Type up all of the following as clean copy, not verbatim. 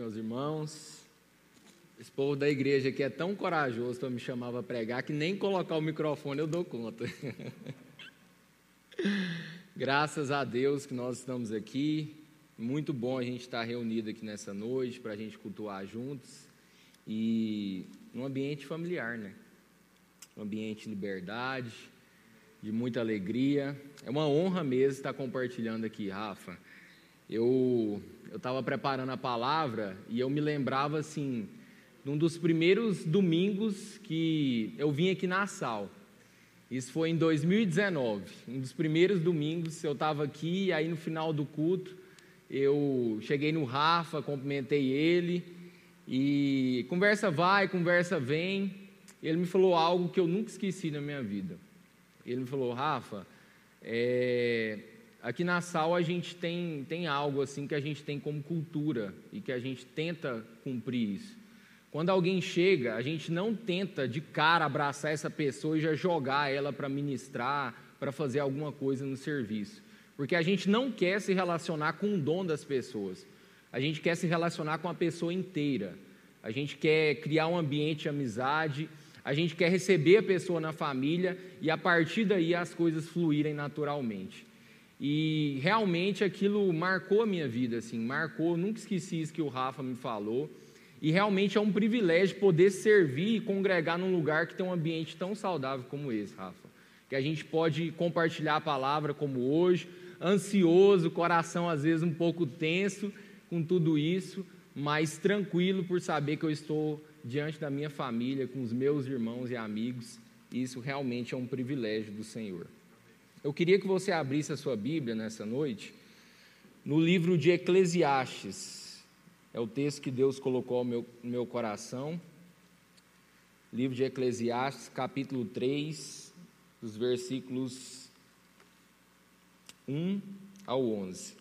meus irmãos. Esse povo da igreja aqui é tão corajoso para me chamar para pregar que nem colocar o microfone eu dou conta. Graças a Deus que nós estamos aqui. Muito bom a gente estar reunido aqui nessa noite para a gente cultuar juntos e num ambiente familiar, né? Um ambiente de liberdade, de muita alegria. É uma honra mesmo estar compartilhando aqui, Rafa. Eu estava preparando a palavra e eu me lembrava, assim, de um dos primeiros domingos que eu vim aqui na Sal. Isso foi em 2019. Um dos primeiros domingos eu estava aqui e aí no final do culto eu cheguei no Rafa, cumprimentei ele e conversa vai, conversa vem. Ele me falou algo que eu nunca esqueci na minha vida. Ele me falou: Rafa, aqui na Sal a gente tem algo assim que a gente tem como cultura e que a gente tenta cumprir isso. Quando alguém chega, a gente não tenta de cara abraçar essa pessoa e já jogar ela para ministrar, para fazer alguma coisa no serviço. Porque a gente não quer se relacionar com o dom das pessoas. A gente quer se relacionar com a pessoa inteira. A gente quer criar um ambiente de amizade, a gente quer receber a pessoa na família e a partir daí as coisas fluírem naturalmente. E realmente aquilo marcou a minha vida, assim, marcou, nunca esqueci isso que o Rafa me falou. E realmente é um privilégio poder servir e congregar num lugar que tem um ambiente tão saudável como esse, Rafa. Que a gente pode compartilhar a palavra como hoje, ansioso, coração às vezes um pouco tenso com tudo isso, mas tranquilo por saber que eu estou diante da minha família, com os meus irmãos e amigos. E isso realmente é um privilégio do Senhor. Eu queria que você abrisse a sua Bíblia nessa noite, no livro de Eclesiastes. É o texto que Deus colocou no meu coração. Livro de Eclesiastes, capítulo 3, dos versículos 1 ao 11.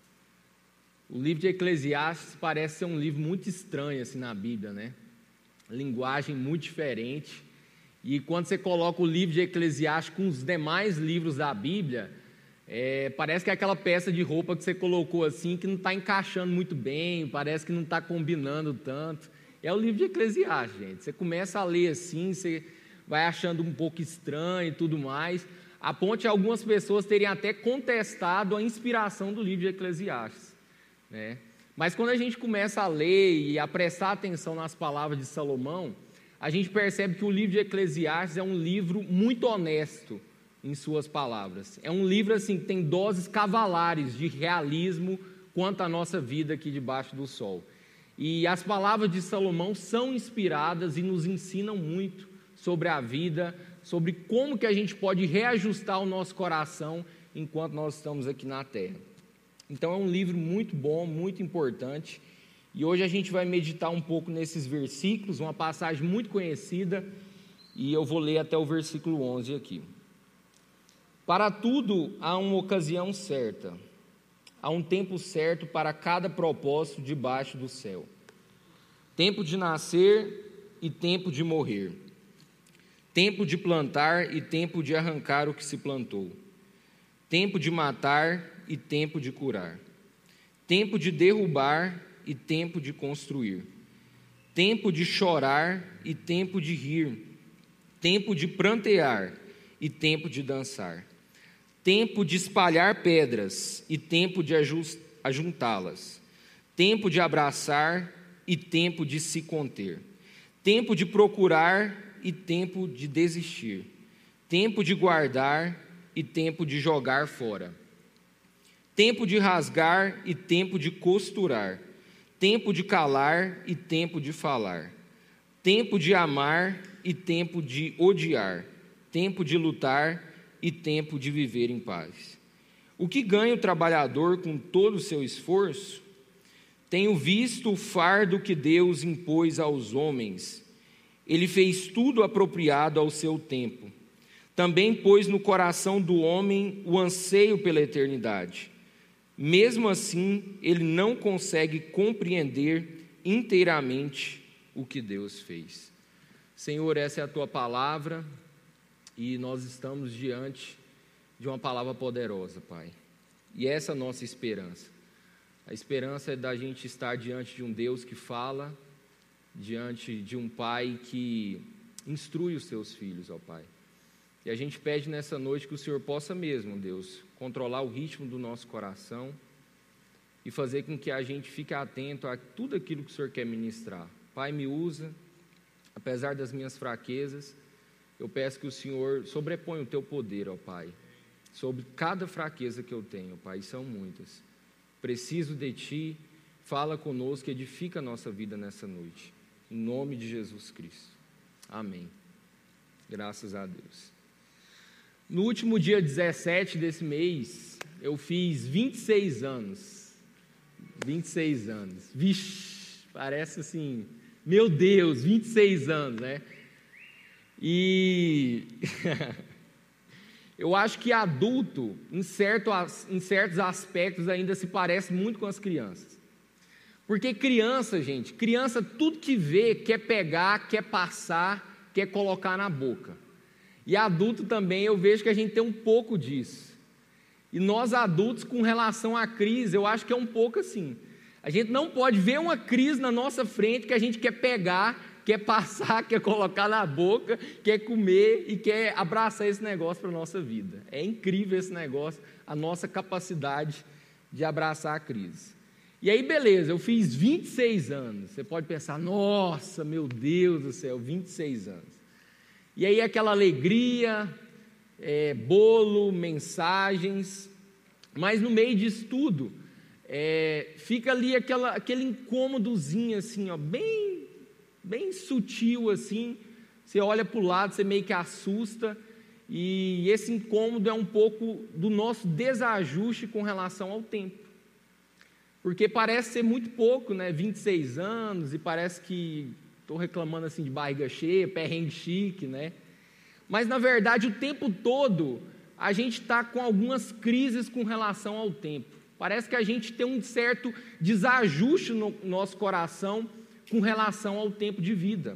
O livro de Eclesiastes parece ser um livro muito estranho assim na Bíblia, né? Linguagem muito diferente. E quando você coloca o livro de Eclesiastes com os demais livros da Bíblia, parece que é aquela peça de roupa que você colocou assim, que não está encaixando muito bem, parece que não está combinando tanto. É o livro de Eclesiastes, gente. Você começa a ler assim, você vai achando um pouco estranho e tudo mais, a ponto de algumas pessoas terem até contestado a inspiração do livro de Eclesiastes, né? Mas quando a gente começa a ler e a prestar atenção nas palavras de Salomão, a gente percebe que o livro de Eclesiastes é um livro muito honesto em suas palavras. É um livro assim que tem doses cavalares de realismo quanto à nossa vida aqui debaixo do sol. E as palavras de Salomão são inspiradas e nos ensinam muito sobre a vida, sobre como que a gente pode reajustar o nosso coração enquanto nós estamos aqui na terra. Então é um livro muito bom, muito importante. E hoje a gente vai meditar um pouco nesses versículos, uma passagem muito conhecida, e eu vou ler até o versículo 11 aqui. Para tudo há uma ocasião certa, há um tempo certo para cada propósito debaixo do céu. Tempo de nascer e tempo de morrer. Tempo de plantar e tempo de arrancar o que se plantou. Tempo de matar e tempo de curar. Tempo de derrubar e tempo de construir. Tempo de chorar e tempo de rir. Tempo de prantear e tempo de dançar. Tempo de espalhar pedras e tempo de ajuntá-las. Tempo de abraçar e tempo de se conter. Tempo de procurar e tempo de desistir. Tempo de guardar e tempo de jogar fora. Tempo de rasgar e tempo de costurar. Tempo de calar e tempo de falar. Tempo de amar e tempo de odiar. Tempo de lutar e tempo de viver em paz. O que ganha o trabalhador com todo o seu esforço? Tenho visto o fardo que Deus impôs aos homens. Ele fez tudo apropriado ao seu tempo. Também pôs no coração do homem o anseio pela eternidade. Mesmo assim, ele não consegue compreender inteiramente o que Deus fez. Senhor, essa é a tua palavra e nós estamos diante de uma palavra poderosa, Pai. E essa é a nossa esperança. A esperança é da gente estar diante de um Deus que fala, diante de um Pai que instrui os seus filhos, ó Pai. E a gente pede nessa noite que o Senhor possa mesmo, Deus, controlar o ritmo do nosso coração e fazer com que a gente fique atento a tudo aquilo que o Senhor quer ministrar. Pai, me usa, apesar das minhas fraquezas, eu peço que o Senhor sobreponha o teu poder, ó Pai, sobre cada fraqueza que eu tenho, Pai, e são muitas. Preciso de Ti, fala conosco, edifica a nossa vida nessa noite. Em nome de Jesus Cristo. Amém. Graças a Deus. No último dia 17 desse mês, eu fiz 26 anos. 26 anos. Vixe, parece assim, meu Deus, 26 anos, né? E eu acho que adulto, em certos aspectos, ainda se parece muito com as crianças. Porque criança, gente, criança tudo que vê, quer pegar, quer passar, quer colocar na boca. E adulto também, eu vejo que a gente tem um pouco disso. E nós adultos, com relação à crise, eu acho que é um pouco assim. A gente não pode ver uma crise na nossa frente que a gente quer pegar, quer passar, quer colocar na boca, quer comer e quer abraçar esse negócio para a nossa vida. É incrível esse negócio, a nossa capacidade de abraçar a crise. E aí, beleza, eu fiz 26 anos. Você pode pensar, nossa, meu Deus do céu, 26 anos. E aí aquela alegria, bolo, mensagens, mas no meio disso tudo, fica ali aquele incômodozinho assim, ó, bem sutil assim, você olha para o lado, você meio que assusta, e esse incômodo é um pouco do nosso desajuste com relação ao tempo. Porque parece ser muito pouco, né? 26 anos, e parece que estou reclamando assim de barriga cheia, perrengue chique, né? Mas na verdade o tempo todo a gente está com algumas crises com relação ao tempo. Parece que a gente tem um certo desajuste no nosso coração com relação ao tempo de vida.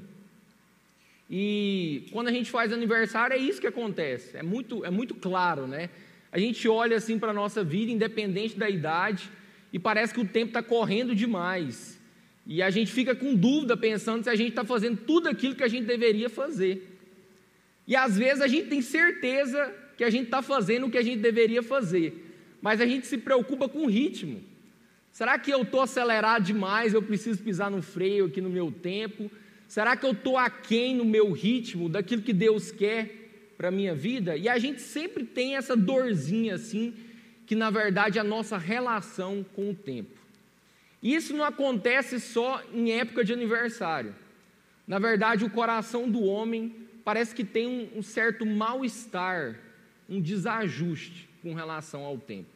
E quando a gente faz aniversário é isso que acontece, é muito claro, né? A gente olha assim para a nossa vida, independente da idade, e parece que o tempo está correndo demais. E a gente fica com dúvida, pensando se a gente está fazendo tudo aquilo que a gente deveria fazer. E às vezes a gente tem certeza que a gente está fazendo o que a gente deveria fazer, mas a gente se preocupa com o ritmo. Será que eu estou acelerado demais, eu preciso pisar no freio aqui no meu tempo? Será que eu estou aquém no meu ritmo, daquilo que Deus quer para a minha vida? E a gente sempre tem essa dorzinha assim, que na verdade é a nossa relação com o tempo. Isso não acontece só em época de aniversário. Na verdade, o coração do homem parece que tem um certo mal-estar, um desajuste com relação ao tempo.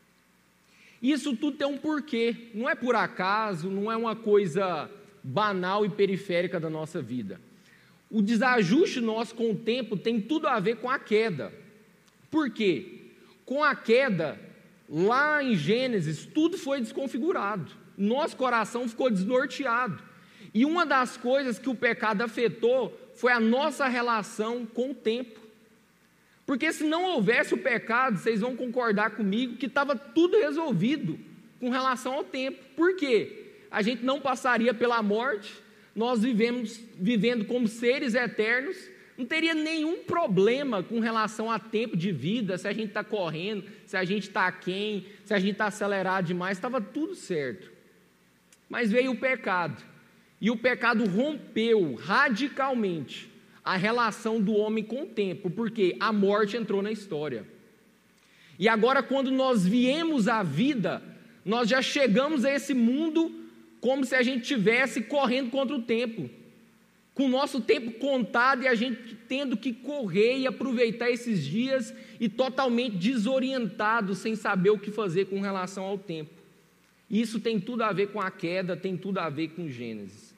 Isso tudo tem um porquê, não é por acaso, não é uma coisa banal e periférica da nossa vida. O desajuste nosso com o tempo tem tudo a ver com a queda. Por quê? Com a queda, lá em Gênesis, tudo foi desconfigurado. Nosso coração ficou desnorteado. E uma das coisas que o pecado afetou foi a nossa relação com o tempo. Porque se não houvesse o pecado, vocês vão concordar comigo que estava tudo resolvido com relação ao tempo. Por quê? A gente não passaria pela morte, nós vivendo como seres eternos, não teria nenhum problema com relação a tempo de vida, se a gente está correndo, se a gente está aquém, se a gente está acelerado demais, estava tudo certo. Mas veio o pecado, e o pecado rompeu radicalmente a relação do homem com o tempo, porque a morte entrou na história. E agora, quando nós viemos à vida, nós já chegamos a esse mundo como se a gente estivesse correndo contra o tempo, com o nosso tempo contado e a gente tendo que correr e aproveitar esses dias e totalmente desorientado, sem saber o que fazer com relação ao tempo. Isso tem tudo a ver com a queda, tem tudo a ver com Gênesis.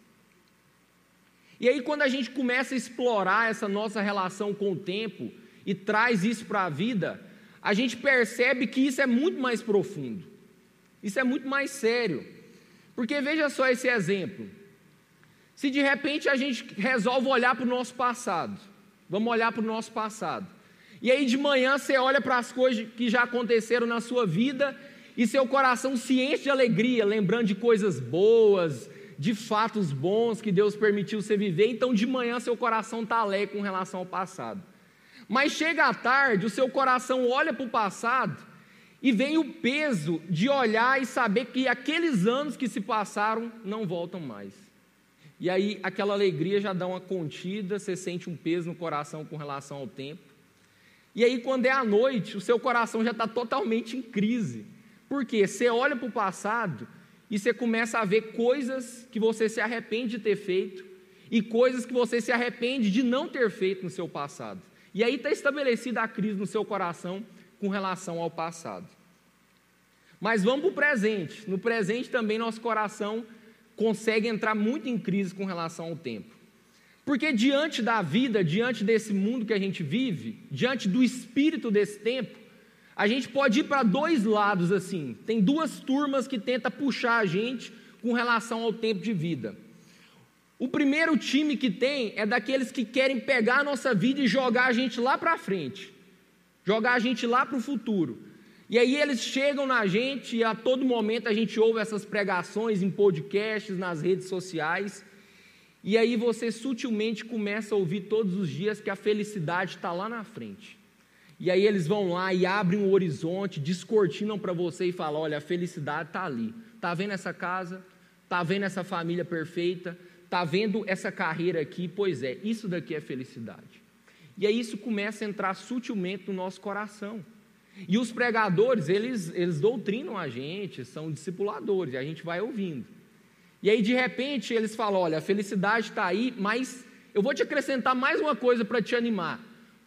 E aí quando a gente começa a explorar essa nossa relação com o tempo e traz isso para a vida, a gente percebe que isso é muito mais profundo, isso é muito mais sério. Porque veja só esse exemplo. Se de repente a gente resolve olhar para o nosso passado, vamos olhar para o nosso passado, e aí de manhã você olha para as coisas que já aconteceram na sua vida, e seu coração se enche de alegria, lembrando de coisas boas, de fatos bons que Deus permitiu você viver, então de manhã seu coração está alegre com relação ao passado. Mas chega à tarde, o seu coração olha para o passado e vem o peso de olhar e saber que aqueles anos que se passaram não voltam mais. E aí aquela alegria já dá uma contida, você sente um peso no coração com relação ao tempo. E aí quando é à noite, o seu coração já está totalmente em crise. Por quê? Você olha para o passado e você começa a ver coisas que você se arrepende de ter feito e coisas que você se arrepende de não ter feito no seu passado. E aí está estabelecida a crise no seu coração com relação ao passado. Mas vamos para o presente. No presente também nosso coração consegue entrar muito em crise com relação ao tempo. Porque diante da vida, diante desse mundo que a gente vive, diante do espírito desse tempo, a gente pode ir para dois lados assim. Tem duas turmas que tentam puxar a gente com relação ao tempo de vida. O primeiro time que tem é daqueles que querem pegar a nossa vida e jogar a gente lá para frente, jogar a gente lá para o futuro. E aí eles chegam na gente e a todo momento a gente ouve essas pregações em podcasts, nas redes sociais, e aí você sutilmente começa a ouvir todos os dias que a felicidade está lá na frente. E aí eles vão lá e abrem um horizonte, descortinam para você e falam, olha, a felicidade está ali. Está vendo essa casa? Está vendo essa família perfeita? Está vendo essa carreira aqui? Pois é, isso daqui é felicidade. E aí isso começa a entrar sutilmente no nosso coração. E os pregadores, eles doutrinam a gente, são discipuladores, e a gente vai ouvindo. E aí de repente eles falam, olha, a felicidade está aí, mas eu vou te acrescentar mais uma coisa para te animar.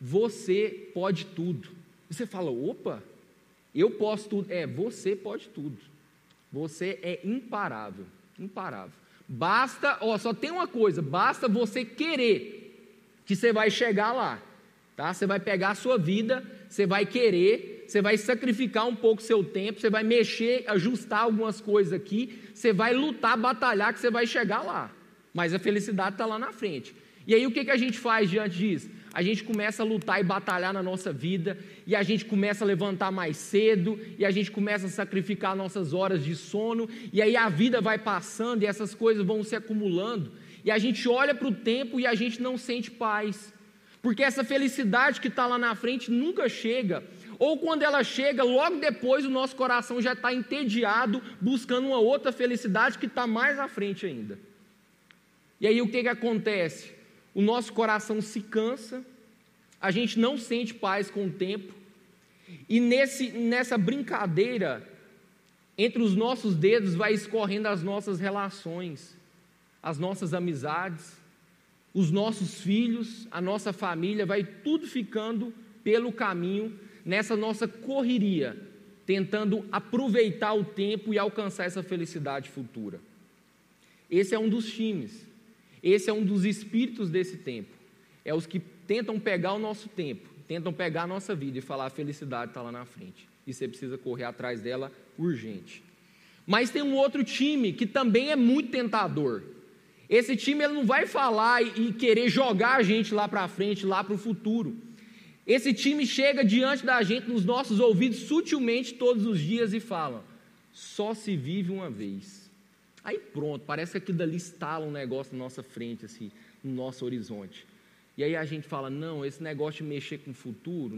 Você pode tudo. E você fala, opa, eu posso tudo. Você pode tudo. Você é imparável, imparável. Basta, só tem uma coisa, basta você querer, que você vai chegar lá, tá? Você vai pegar a sua vida, você vai querer, você vai sacrificar um pouco seu tempo, você vai mexer, ajustar algumas coisas aqui, você vai lutar, batalhar, que você vai chegar lá. Mas a felicidade está lá na frente. E aí o que a gente faz diante disso? A gente começa a lutar e batalhar na nossa vida, e a gente começa a levantar mais cedo, e a gente começa a sacrificar nossas horas de sono, e aí a vida vai passando, e essas coisas vão se acumulando, e a gente olha para o tempo e a gente não sente paz, porque essa felicidade que está lá na frente nunca chega, ou quando ela chega, logo depois o nosso coração já está entediado, buscando uma outra felicidade que está mais à frente ainda. E aí o que acontece? O nosso coração se cansa, a gente não sente paz com o tempo, e nessa brincadeira, entre os nossos dedos vai escorrendo as nossas relações, as nossas amizades, os nossos filhos, a nossa família, vai tudo ficando pelo caminho, nessa nossa correria, tentando aproveitar o tempo e alcançar essa felicidade futura. Esse é um dos times. Esse é um dos espíritos desse tempo, é os que tentam pegar o nosso tempo, tentam pegar a nossa vida e falar, a felicidade está lá na frente, e você precisa correr atrás dela urgente. Mas tem um outro time que também é muito tentador. Esse time ele não vai falar e querer jogar a gente lá para frente, lá para o futuro. Esse time chega diante da gente, nos nossos ouvidos, sutilmente todos os dias e fala, só se vive uma vez. Aí pronto, parece que aquilo dali estala um negócio na nossa frente, assim, no nosso horizonte. E aí a gente fala, não, esse negócio de mexer com o futuro,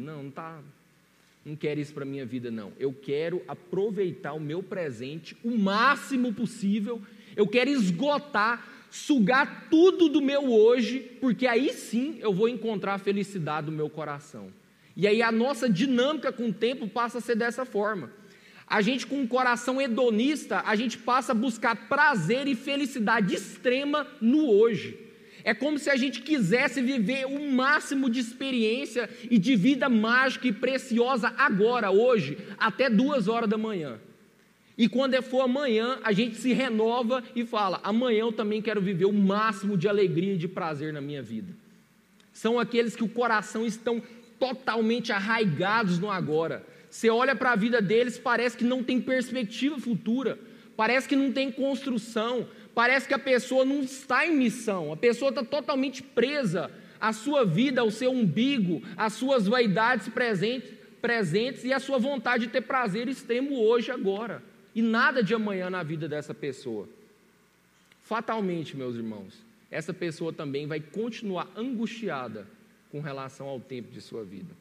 não quero isso para a minha vida não. Eu quero aproveitar o meu presente o máximo possível, eu quero esgotar, sugar tudo do meu hoje, porque aí sim eu vou encontrar a felicidade do meu coração. E aí a nossa dinâmica com o tempo passa a ser dessa forma. A gente com um coração hedonista, a gente passa a buscar prazer e felicidade extrema no hoje. É como se a gente quisesse viver o máximo de experiência e de vida mágica e preciosa agora, hoje, até 2 horas da manhã. E quando for amanhã, a gente se renova e fala, amanhã eu também quero viver o máximo de alegria e de prazer na minha vida. São aqueles que o coração estão totalmente arraigados no agora. Você olha para a vida deles, parece que não tem perspectiva futura, parece que não tem construção, parece que a pessoa não está em missão, a pessoa está totalmente presa à sua vida, ao seu umbigo, às suas vaidades presentes, presentes e a sua vontade de ter prazer extremo hoje, agora, e nada de amanhã na vida dessa pessoa. Fatalmente, meus irmãos, essa pessoa também vai continuar angustiada com relação ao tempo de sua vida.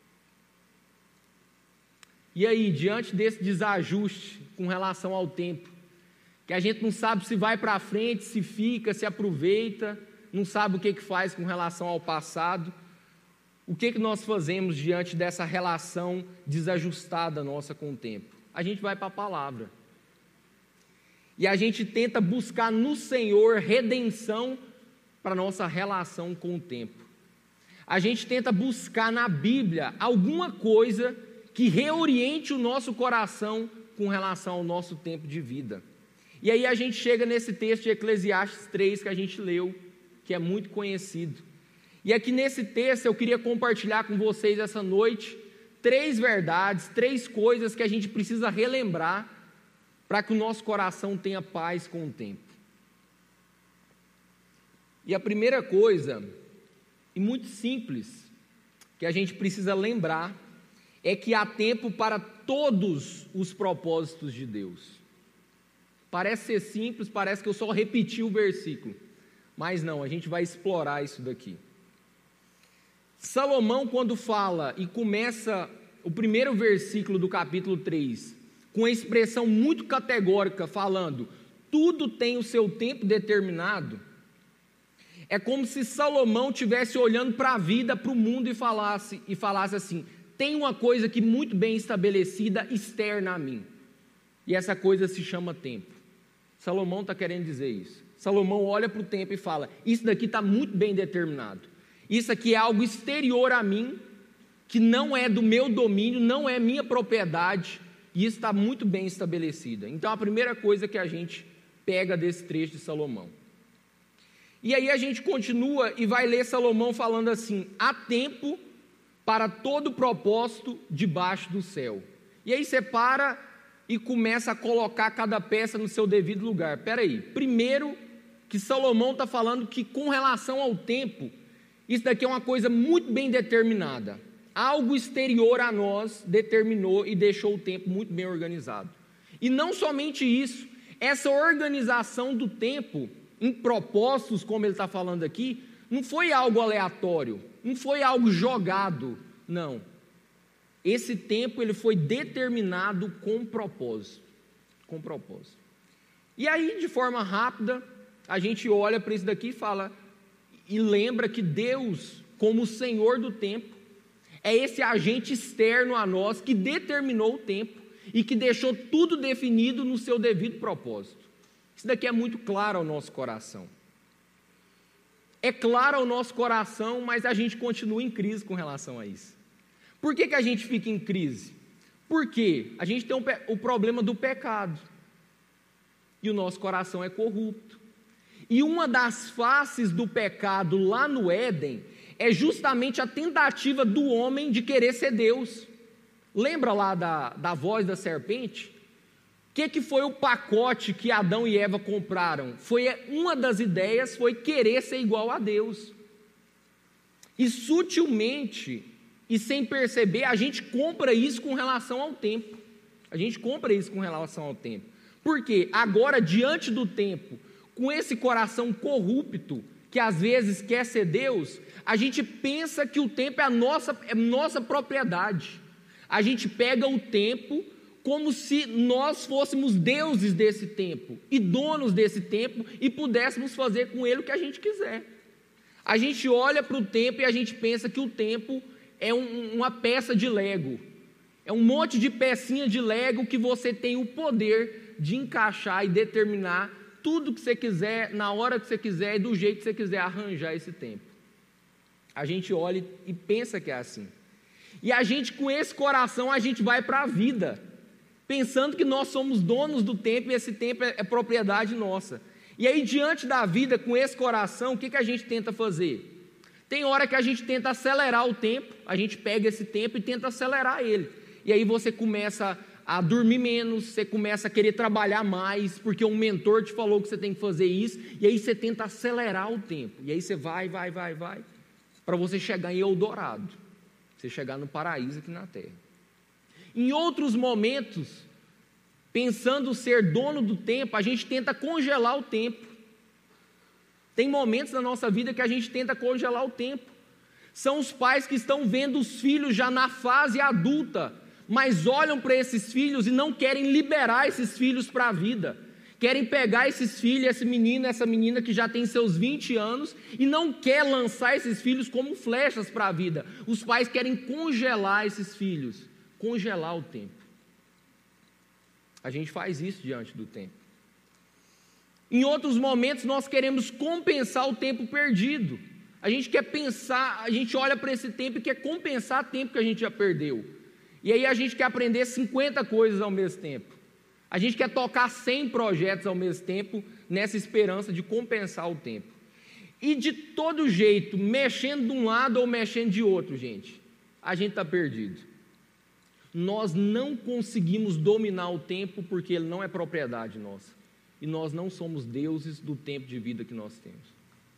E aí, diante desse desajuste com relação ao tempo, que a gente não sabe se vai para frente, se fica, se aproveita, não sabe o que faz com relação ao passado, o que nós fazemos diante dessa relação desajustada nossa com o tempo? A gente vai para a palavra. E a gente tenta buscar no Senhor redenção para a nossa relação com o tempo. A gente tenta buscar na Bíblia alguma coisa que reoriente o nosso coração com relação ao nosso tempo de vida. E aí a gente chega nesse texto de Eclesiastes 3 que a gente leu, que é muito conhecido. E aqui nesse texto eu queria compartilhar com vocês essa noite 3 verdades, 3 coisas que a gente precisa relembrar para que o nosso coração tenha paz com o tempo. E a primeira coisa, e muito simples, que a gente precisa lembrar, é que há tempo para todos os propósitos de Deus. Parece ser simples, parece que eu só repeti o versículo, mas não, a gente vai explorar isso daqui. Salomão, quando fala e começa o primeiro versículo do capítulo 3, com a expressão muito categórica, falando, tudo tem o seu tempo determinado, é como se Salomão estivesse olhando para a vida, para o mundo e falasse assim, tem uma coisa que muito bem estabelecida, externa a mim, e essa coisa se chama tempo. Salomão está querendo dizer isso. Salomão olha para o tempo e fala, isso daqui está muito bem determinado, isso aqui é algo exterior a mim, que não é do meu domínio, não é minha propriedade, e isso está muito bem estabelecido. Então a primeira coisa que a gente pega desse trecho de Salomão. E aí a gente continua e vai ler Salomão falando assim, há tempo para todo propósito debaixo do céu. E aí você para e começa a colocar cada peça no seu devido lugar. Espera aí, primeiro que Salomão está falando que com relação ao tempo, isso daqui é uma coisa muito bem determinada. Algo exterior a nós determinou e deixou o tempo muito bem organizado. E não somente isso, essa organização do tempo em propósitos, como ele está falando aqui, não foi algo aleatório, não foi algo jogado, não. Esse tempo ele foi determinado com propósito, com propósito. E aí, de forma rápida, a gente olha para isso daqui e fala, e lembra que Deus, como o Senhor do tempo, é esse agente externo a nós que determinou o tempo e que deixou tudo definido no seu devido propósito. Isso daqui é muito claro ao nosso coração. É claro ao nosso coração, mas a gente continua em crise com relação a isso. Por que a gente fica em crise? Porque a gente tem o problema do pecado. E o nosso coração é corrupto. E uma das faces do pecado lá no Éden é justamente a tentativa do homem de querer ser Deus. Lembra lá da voz da serpente? O que foi o pacote que Adão e Eva compraram? Uma das ideias foi querer ser igual a Deus. E sutilmente, e sem perceber, a gente compra isso com relação ao tempo. A gente compra isso com relação ao tempo. Por quê? Agora, diante do tempo, com esse coração corrupto, que às vezes quer ser Deus, a gente pensa que o tempo é nossa propriedade. A gente pega o tempo como se nós fôssemos deuses desse tempo, e donos desse tempo, e pudéssemos fazer com ele o que a gente quiser. A gente olha para o tempo e a gente pensa que o tempo é uma peça de Lego, é um monte de pecinha de Lego que você tem o poder de encaixar e determinar tudo que você quiser, na hora que você quiser e do jeito que você quiser arranjar esse tempo. A gente olha e pensa que é assim. E a gente, com esse coração, a gente vai para a vida, pensando que nós somos donos do tempo e esse tempo é propriedade nossa. E aí, diante da vida, com esse coração, o que a gente tenta fazer? Tem hora que a gente tenta acelerar o tempo, a gente pega esse tempo e tenta acelerar ele. E aí você começa a dormir menos, você começa a querer trabalhar mais, porque um mentor te falou que você tem que fazer isso, e aí você tenta acelerar o tempo. E aí você vai, para você chegar em Eldorado, você chegar no paraíso aqui na Terra. Em outros momentos, pensando ser dono do tempo, a gente tenta congelar o tempo. Tem momentos na nossa vida que a gente tenta congelar o tempo. São os pais que estão vendo os filhos já na fase adulta, mas olham para esses filhos e não querem liberar esses filhos para a vida. Querem pegar esses filhos, esse menino, essa menina que já tem seus 20 anos e não quer lançar esses filhos como flechas para a vida. Os pais querem congelar esses filhos, congelar o tempo. A gente faz isso diante do tempo. Em outros momentos nós queremos compensar o tempo perdido. A gente quer pensar, a gente olha para esse tempo e quer compensar o tempo que a gente já perdeu. E aí a gente quer aprender 50 coisas ao mesmo tempo. A gente quer tocar 100 projetos ao mesmo tempo, nessa esperança de compensar o tempo. E de todo jeito, mexendo de um lado ou mexendo de outro, gente, a gente está perdido. Nós não conseguimos dominar o tempo porque ele não é propriedade nossa. E nós não somos deuses do tempo de vida que nós temos.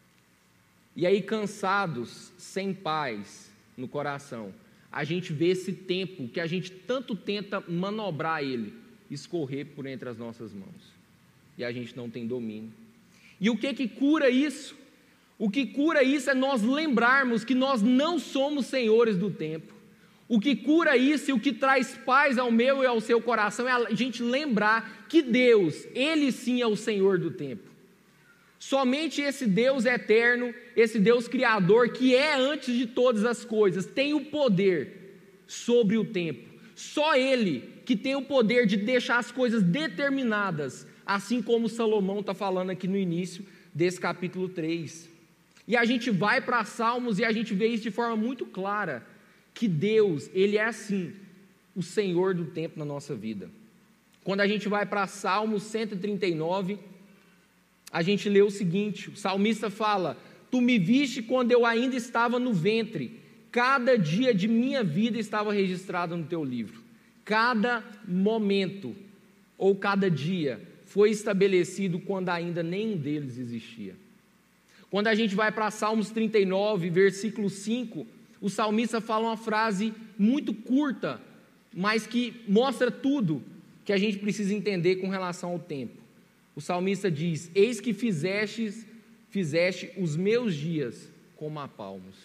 E aí, cansados, sem paz no coração, a gente vê esse tempo que a gente tanto tenta manobrar ele, escorrer por entre as nossas mãos. E a gente não tem domínio. E o que cura isso? O que cura isso é nós lembrarmos que nós não somos senhores do tempo. O que cura isso e o que traz paz ao meu e ao seu coração é a gente lembrar que Deus, Ele sim é o Senhor do tempo. Somente esse Deus eterno, esse Deus criador, que é antes de todas as coisas, tem o poder sobre o tempo. Só Ele que tem o poder de deixar as coisas determinadas, assim como Salomão está falando aqui no início desse capítulo 3. E a gente vai para Salmos e a gente vê isso de forma muito clara, que Deus, Ele é assim, o Senhor do tempo na nossa vida. Quando a gente vai para Salmos 139, a gente lê o seguinte, o salmista fala: Tu me viste quando eu ainda estava no ventre, cada dia de minha vida estava registrado no teu livro. Cada momento, ou cada dia, foi estabelecido quando ainda nenhum deles existia. Quando a gente vai para Salmos 39, versículo 5, o salmista fala uma frase muito curta, mas que mostra tudo que a gente precisa entender com relação ao tempo. O salmista diz: Eis que fizeste os meus dias como a palmos.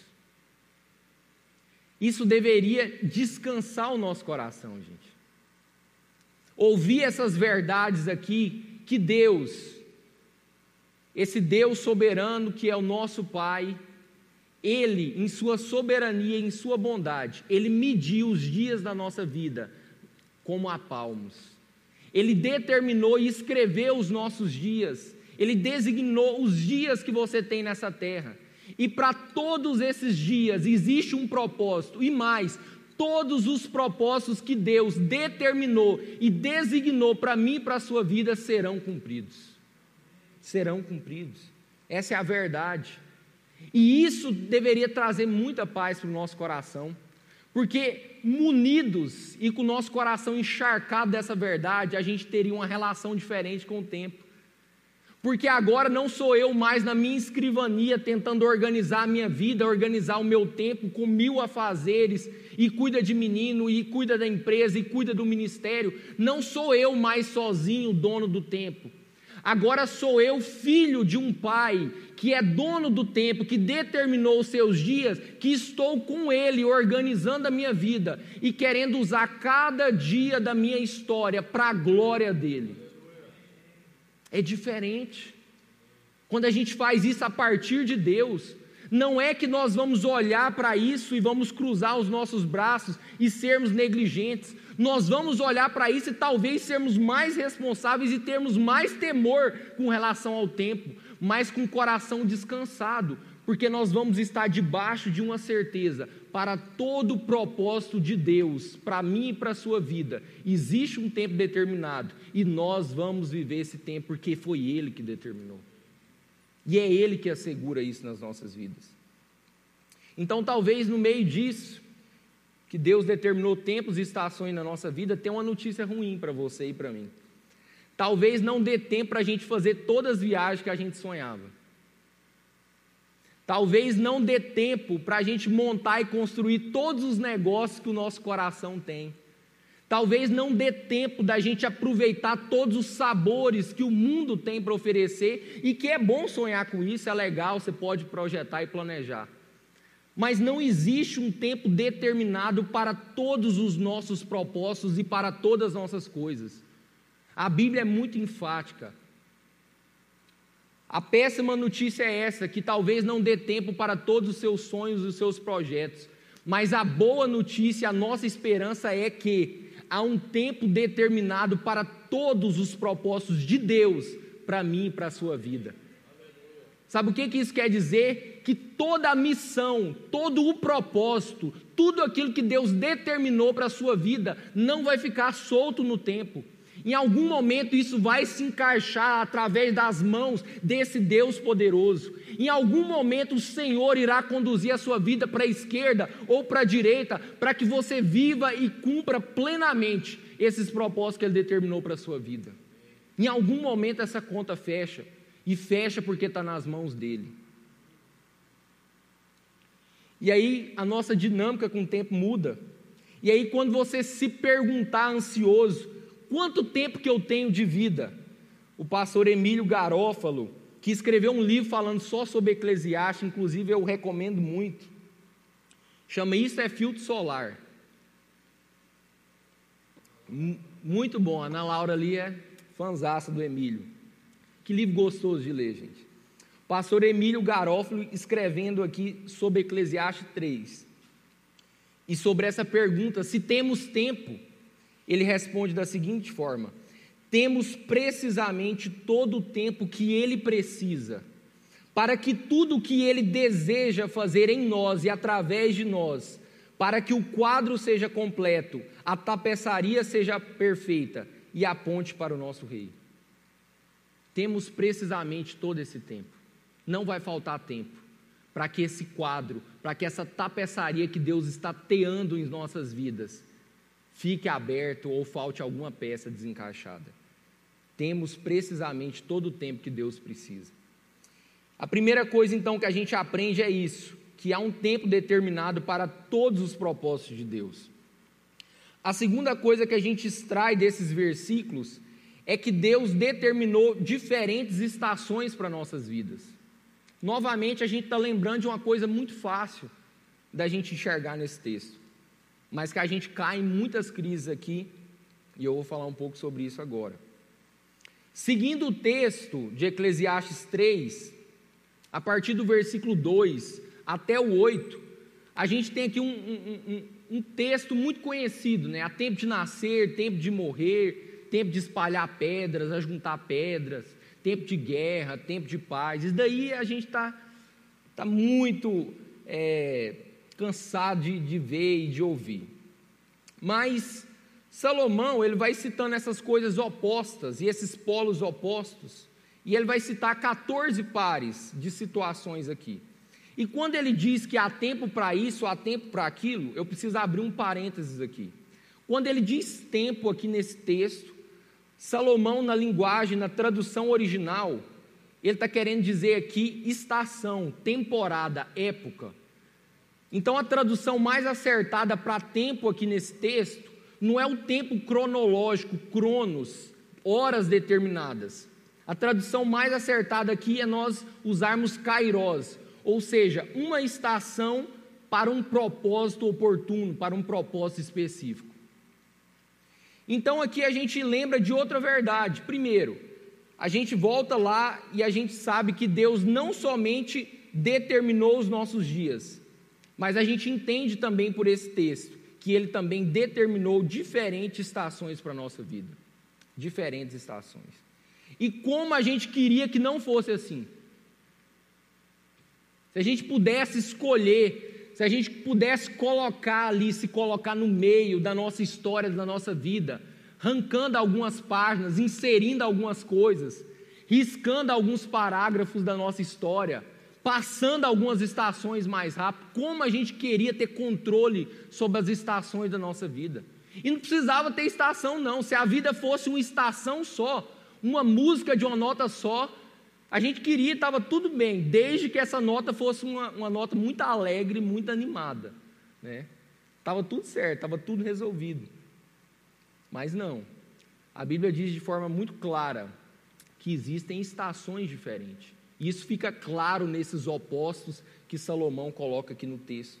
Isso deveria descansar o nosso coração, gente. Ouvir essas verdades aqui, que Deus, esse Deus soberano que é o nosso Pai, Ele, em sua soberania, em sua bondade, Ele mediu os dias da nossa vida como a palmos. Ele determinou e escreveu os nossos dias. Ele designou os dias que você tem nessa terra. E para todos esses dias existe um propósito. E mais, todos os propósitos que Deus determinou e designou para mim e para a sua vida serão cumpridos. Serão cumpridos. Essa é a verdade. E isso deveria trazer muita paz para o nosso coração, porque munidos e com o nosso coração encharcado dessa verdade, a gente teria uma relação diferente com o tempo. Porque agora não sou eu mais na minha escrivania tentando organizar a minha vida, organizar o meu tempo com 1000 afazeres, e cuida de menino, e cuida da empresa, e cuida do ministério. Não sou eu mais sozinho dono do tempo. Agora sou eu filho de um pai que é dono do tempo, que determinou os seus dias, que estou com ele organizando a minha vida e querendo usar cada dia da minha história para a glória dele. É diferente. Quando a gente faz isso a partir de Deus, não é que nós vamos olhar para isso e vamos cruzar os nossos braços e sermos negligentes. Nós vamos olhar para isso e talvez sermos mais responsáveis e termos mais temor com relação ao tempo, mas com o coração descansado, porque nós vamos estar debaixo de uma certeza: para todo o propósito de Deus, para mim e para a sua vida, existe um tempo determinado, e nós vamos viver esse tempo porque foi Ele que determinou, e é Ele que assegura isso nas nossas vidas. Então talvez no meio disso, que Deus determinou tempos e estações na nossa vida, tem uma notícia ruim para você e para mim. Talvez não dê tempo para a gente fazer todas as viagens que a gente sonhava. Talvez não dê tempo para a gente montar e construir todos os negócios que o nosso coração tem. Talvez não dê tempo da gente aproveitar todos os sabores que o mundo tem para oferecer, e que é bom sonhar com isso, é legal, você pode projetar e planejar. Mas não existe um tempo determinado para todos os nossos propósitos e para todas as nossas coisas. A Bíblia é muito enfática. A péssima notícia é essa, que talvez não dê tempo para todos os seus sonhos e os seus projetos. Mas a boa notícia, a nossa esperança é que há um tempo determinado para todos os propósitos de Deus, para mim e para a sua vida. Sabe o que isso quer dizer? Que toda a missão, todo o propósito, tudo aquilo que Deus determinou para a sua vida, não vai ficar solto no tempo. Em algum momento isso vai se encaixar através das mãos desse Deus poderoso. Em algum momento o Senhor irá conduzir a sua vida para a esquerda ou para a direita, para que você viva e cumpra plenamente esses propósitos que Ele determinou para a sua vida. Em algum momento essa conta fecha, e fecha porque está nas mãos dEle. E aí a nossa dinâmica com o tempo muda. E aí quando você se perguntar ansioso, quanto tempo que eu tenho de vida? O pastor Emílio Garófalo, que escreveu um livro falando só sobre Eclesiastes, inclusive eu recomendo muito, chama Isso é Filtro Solar. Muito bom, a Ana Laura ali é fanzaça do Emílio. Que livro gostoso de ler, gente. O pastor Emílio Garófalo escrevendo aqui sobre Eclesiastes 3. E sobre essa pergunta, se temos tempo, ele responde da seguinte forma: temos precisamente todo o tempo que Ele precisa, para que tudo o que Ele deseja fazer em nós e através de nós, para que o quadro seja completo, a tapeçaria seja perfeita e a ponte para o nosso Rei. Temos precisamente todo esse tempo. Não vai faltar tempo para que esse quadro, para que essa tapeçaria que Deus está teando em nossas vidas, fique aberto ou falte alguma peça desencaixada. Temos precisamente todo o tempo que Deus precisa. A primeira coisa então que a gente aprende é isso, que há um tempo determinado para todos os propósitos de Deus. A segunda coisa que a gente extrai desses versículos é que Deus determinou diferentes estações para nossas vidas. Novamente a gente está lembrando de uma coisa muito fácil da gente enxergar nesse texto, mas que a gente cai em muitas crises aqui, e eu vou falar um pouco sobre isso agora. Seguindo o texto de Eclesiastes 3, a partir do versículo 2 até o 8, a gente tem aqui um texto muito conhecido, né? Há tempo de nascer, tempo de morrer, tempo de espalhar pedras, ajuntar pedras, tempo de guerra, tempo de paz. Isso daí a gente está muito cansado de ver e de ouvir. Mas Salomão, ele vai citando essas coisas opostas e esses polos opostos, e ele vai citar 14 pares de situações aqui. E quando ele diz que há tempo para isso, há tempo para aquilo, eu preciso abrir um parênteses aqui. Quando ele diz tempo aqui nesse texto, Salomão, na linguagem, na tradução original, ele está querendo dizer aqui estação, temporada, época. Então a tradução mais acertada para tempo aqui nesse texto não é o tempo cronológico, cronos, horas determinadas. A tradução mais acertada aqui é nós usarmos kairos, ou seja, uma estação para um propósito oportuno, para um propósito específico. Então aqui a gente lembra de outra verdade. Primeiro, a gente volta lá e a gente sabe que Deus não somente determinou os nossos dias, mas a gente entende também por esse texto que Ele também determinou diferentes estações para a nossa vida. Diferentes estações. E como a gente queria que não fosse assim. Se a gente pudesse escolher, se a gente pudesse colocar ali, se colocar no meio da nossa história, da nossa vida, arrancando algumas páginas, inserindo algumas coisas, riscando alguns parágrafos da nossa história, passando algumas estações mais rápido, como a gente queria ter controle sobre as estações da nossa vida. E não precisava ter estação não, se a vida fosse uma estação só, uma música de uma nota só, a gente queria, estava tudo bem, desde que essa nota fosse uma nota muito alegre, muito animada, né? Estava tudo certo, estava tudo resolvido. Mas não. A Bíblia diz de forma muito clara que existem estações diferentes. E isso fica claro nesses opostos que Salomão coloca aqui no texto.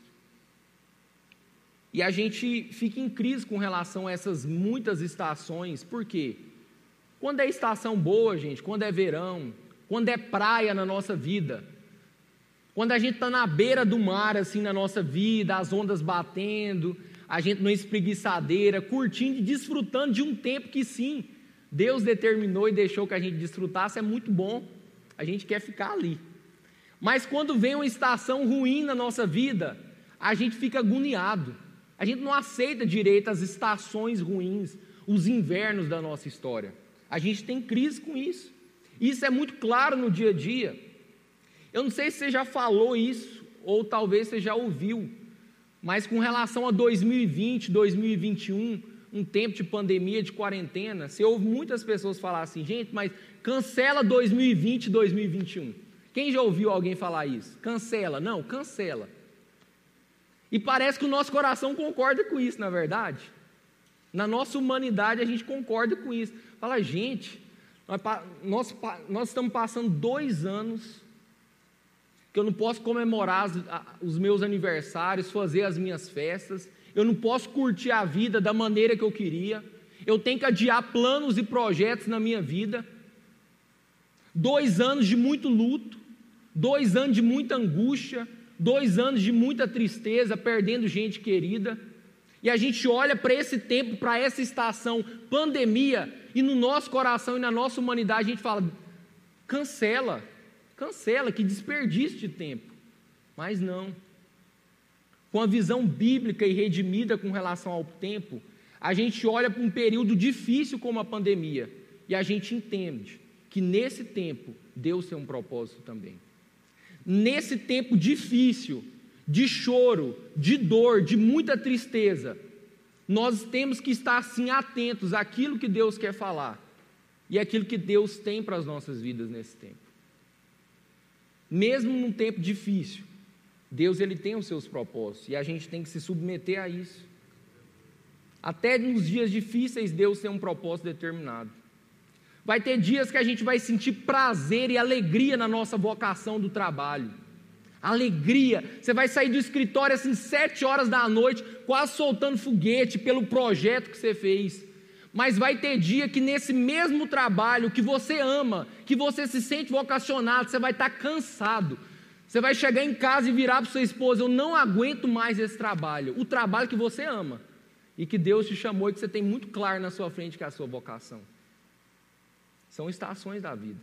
E a gente fica em crise com relação a essas muitas estações. Por quê? Quando é estação boa, gente, quando é verão, quando é praia na nossa vida, quando a gente está na beira do mar, assim, na nossa vida, as ondas batendo, a gente numa espreguiçadeira, curtindo e desfrutando de um tempo que sim, Deus determinou e deixou que a gente desfrutasse, é muito bom, a gente quer ficar ali. Mas quando vem uma estação ruim na nossa vida, a gente fica agoniado, a gente não aceita direito as estações ruins, os invernos da nossa história, a gente tem crise com isso, isso é muito claro no dia a dia. Eu não sei se você já falou isso, ou talvez você já ouviu, mas com relação a 2020, 2021, um tempo de pandemia, de quarentena, você ouve muitas pessoas falar assim, gente, mas cancela 2020, 2021. Quem já ouviu alguém falar isso? Cancela. Não, cancela. E parece que o nosso coração concorda com isso, na verdade. Na nossa humanidade a gente concorda com isso. Fala, gente, nós estamos passando 2 anos que eu não posso comemorar os meus aniversários, fazer as minhas festas, eu não posso curtir a vida da maneira que eu queria, eu tenho que adiar planos e projetos na minha vida. 2 anos de muito luto, 2 anos de muita angústia, 2 anos de muita tristeza, perdendo gente querida, e a gente olha para esse tempo, para essa estação, pandemia, e no nosso coração e na nossa humanidade a gente fala, cancela, que desperdício de tempo. Mas não. Com a visão bíblica e redimida com relação ao tempo, a gente olha para um período difícil como a pandemia, e a gente entende que nesse tempo Deus tem um propósito também. Nesse tempo difícil, de choro, de dor, de muita tristeza, nós temos que estar assim atentos àquilo que Deus quer falar e àquilo que Deus tem para as nossas vidas nesse tempo. Mesmo num tempo difícil, Deus ele tem os seus propósitos e a gente tem que se submeter a isso. Até nos dias difíceis Deus tem um propósito determinado. Vai ter dias que a gente vai sentir prazer e alegria na nossa vocação do trabalho. Alegria, você vai sair do escritório assim 7 horas da noite, quase soltando foguete pelo projeto que você fez. Mas vai ter dia que nesse mesmo trabalho que você ama, que você se sente vocacionado, você vai estar cansado. Você vai chegar em casa e virar para sua esposa, eu não aguento mais esse trabalho. O trabalho que você ama e que Deus te chamou e que você tem muito claro na sua frente que é a sua vocação. São estações da vida.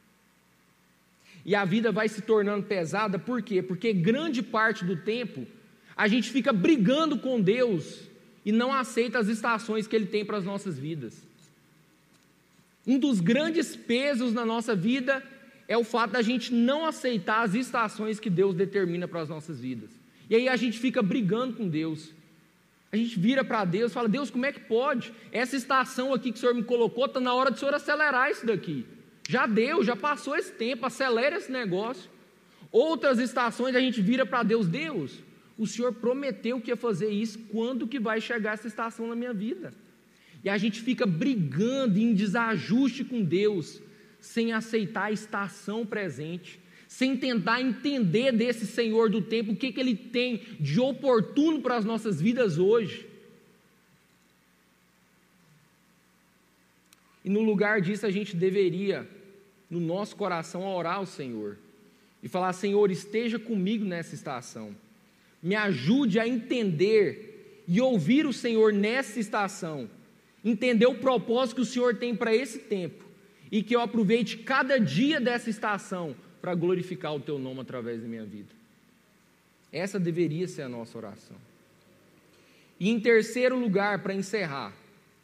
E a vida vai se tornando pesada, por quê? Porque grande parte do tempo a gente fica brigando com Deus e não aceita as estações que Ele tem para as nossas vidas. Um dos grandes pesos na nossa vida é o fato da gente não aceitar as estações que Deus determina para as nossas vidas. E aí a gente fica brigando com Deus. A gente vira para Deus e fala, Deus, como é que pode? Essa estação aqui que o Senhor me colocou, está na hora do Senhor acelerar isso daqui. Já deu, já passou esse tempo, acelera esse negócio. Outras estações a gente vira para Deus, Deus, o Senhor prometeu que ia fazer isso, quando que vai chegar essa estação na minha vida? E a gente fica brigando em desajuste com Deus, sem aceitar a estação presente, sem tentar entender desse Senhor do tempo, o que Ele tem de oportuno para as nossas vidas hoje. E no lugar disso a gente deveria, no nosso coração, orar ao Senhor, e falar, Senhor, esteja comigo nessa estação, me ajude a entender e ouvir o Senhor nessa estação, entender o propósito que o Senhor tem para esse tempo, e que eu aproveite cada dia dessa estação para glorificar o Teu nome através da minha vida. Essa deveria ser a nossa oração. E em terceiro lugar, para encerrar,